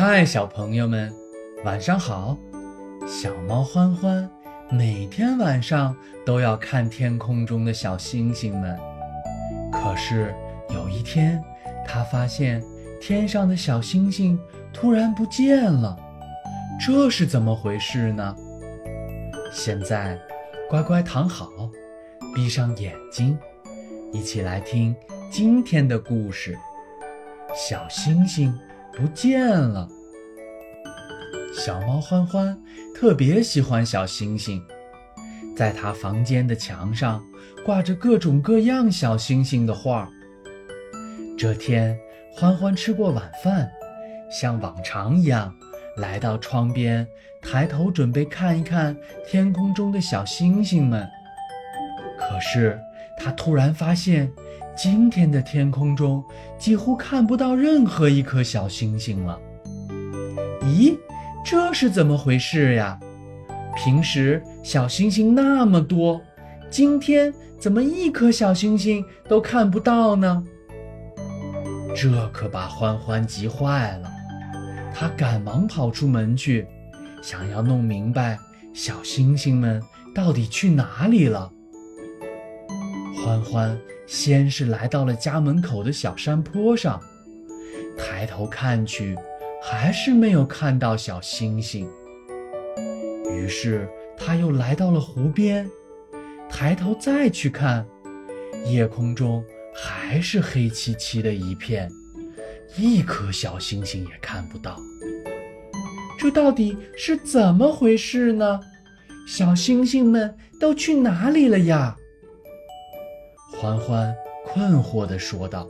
嗨，小朋友们，晚上好！小猫欢欢每天晚上都要看天空中的小星星们。可是有一天，它发现天上的小星星突然不见了，这是怎么回事呢？现在，乖乖躺好，闭上眼睛，一起来听今天的故事。小星星不见了。小猫欢欢特别喜欢小星星，在他房间的墙上挂着各种各样小星星的画。这天，欢欢吃过晚饭，像往常一样来到窗边，抬头准备看一看天空中的小星星们。可是他突然发现，今天的天空中几乎看不到任何一颗小星星了。咦，这是怎么回事呀？平时小星星那么多，今天怎么一颗小星星都看不到呢？这可把欢欢急坏了，他赶忙跑出门去，想要弄明白小星星们到底去哪里了。欢欢先是来到了家门口的小山坡上，抬头看去，还是没有看到小星星。于是他又来到了湖边，抬头再去看，夜空中还是黑漆漆的一片，一颗小星星也看不到。这到底是怎么回事呢？小星星们都去哪里了呀？欢欢困惑地说道：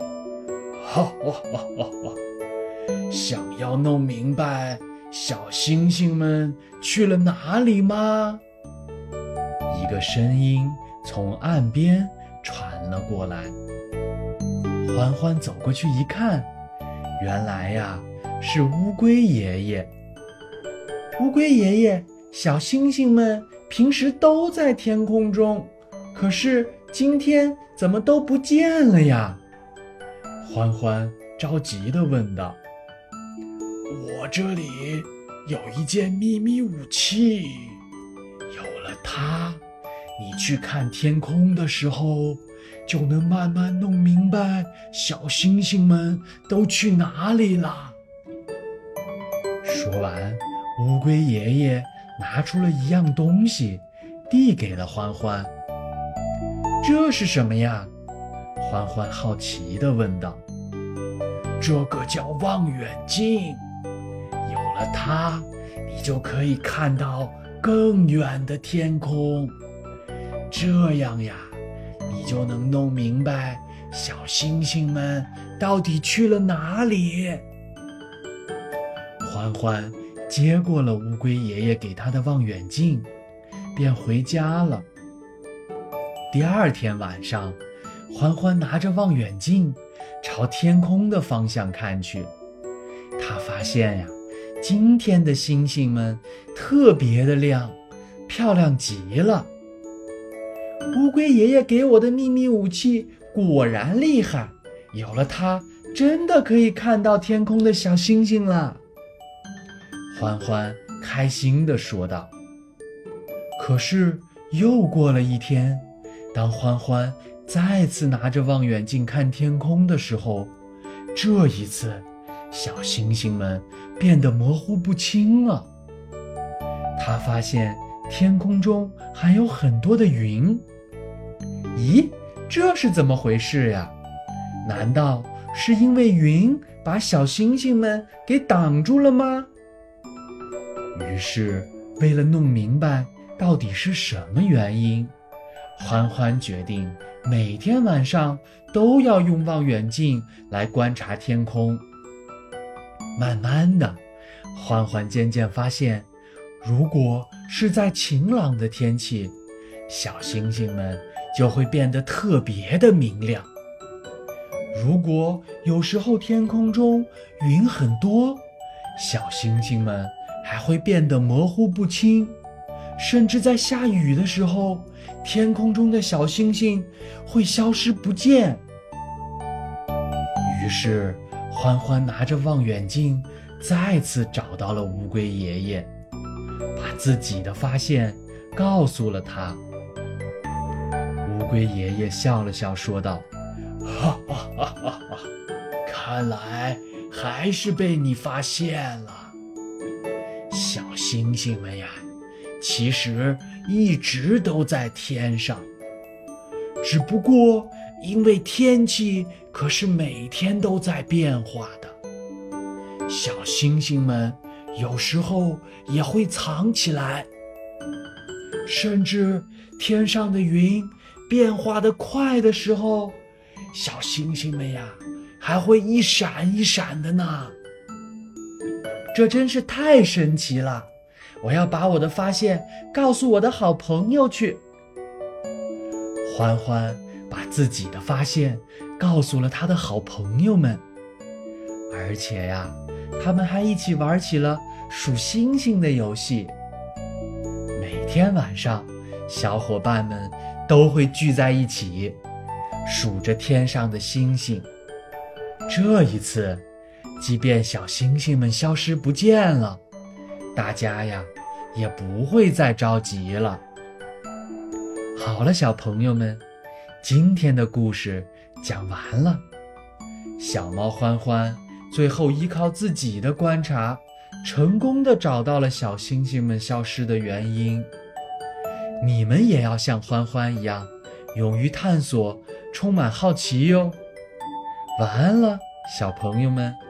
想要弄明白小星星们去了哪里吗？一个声音从岸边传了过来。欢欢走过去一看，原来呀，是乌龟爷爷。乌龟爷爷，小星星们平时都在天空中，可是今天怎么都不见了呀？欢欢着急地问道。我这里有一件秘密武器，有了它，你去看天空的时候，就能慢慢弄明白小星星们都去哪里了。说完，乌龟爷爷拿出了一样东西，递给了欢欢。这是什么呀？欢欢好奇地问道。这个叫望远镜，有了它，你就可以看到更远的天空。这样呀，你就能弄明白小星星们到底去了哪里。欢欢接过了乌龟爷爷给他的望远镜，便回家了。第二天晚上，欢欢拿着望远镜朝天空的方向看去，他发现呀，今天的星星们特别的亮，漂亮极了。乌龟爷爷给我的秘密武器果然厉害，有了它，真的可以看到天空的小星星了。欢欢开心地说道。可是又过了一天，当欢欢再次拿着望远镜看天空的时候，这一次小星星们变得模糊不清了。他发现天空中还有很多的云。咦，这是怎么回事呀？难道是因为云把小星星们给挡住了吗？于是为了弄明白到底是什么原因，欢欢决定每天晚上都要用望远镜来观察天空。慢慢的，欢欢渐渐发现，如果是在晴朗的天气，小星星们就会变得特别的明亮。如果有时候天空中云很多，小星星们还会变得模糊不清，甚至在下雨的时候，天空中的小星星会消失不见。于是欢欢拿着望远镜再次找到了乌龟爷爷，把自己的发现告诉了他。乌龟爷爷笑了笑说道：哈哈哈哈哈，看来还是被你发现了。小星星们呀，其实一直都在天上，只不过因为天气可是每天都在变化的，小星星们有时候也会藏起来，甚至天上的云变化得快的时候，小星星们呀还会一闪一闪的呢。这真是太神奇了，我要把我的发现告诉我的好朋友去。欢欢把自己的发现告诉了他的好朋友们，而且呀，他们还一起玩起了数星星的游戏。每天晚上，小伙伴们都会聚在一起，数着天上的星星。这一次，即便小星星们消失不见了，大家呀也不会再着急了。好了，小朋友们，今天的故事讲完了。小猫欢欢最后依靠自己的观察，成功地找到了小星星们消失的原因。你们也要像欢欢一样，勇于探索，充满好奇哟。晚安了，小朋友们。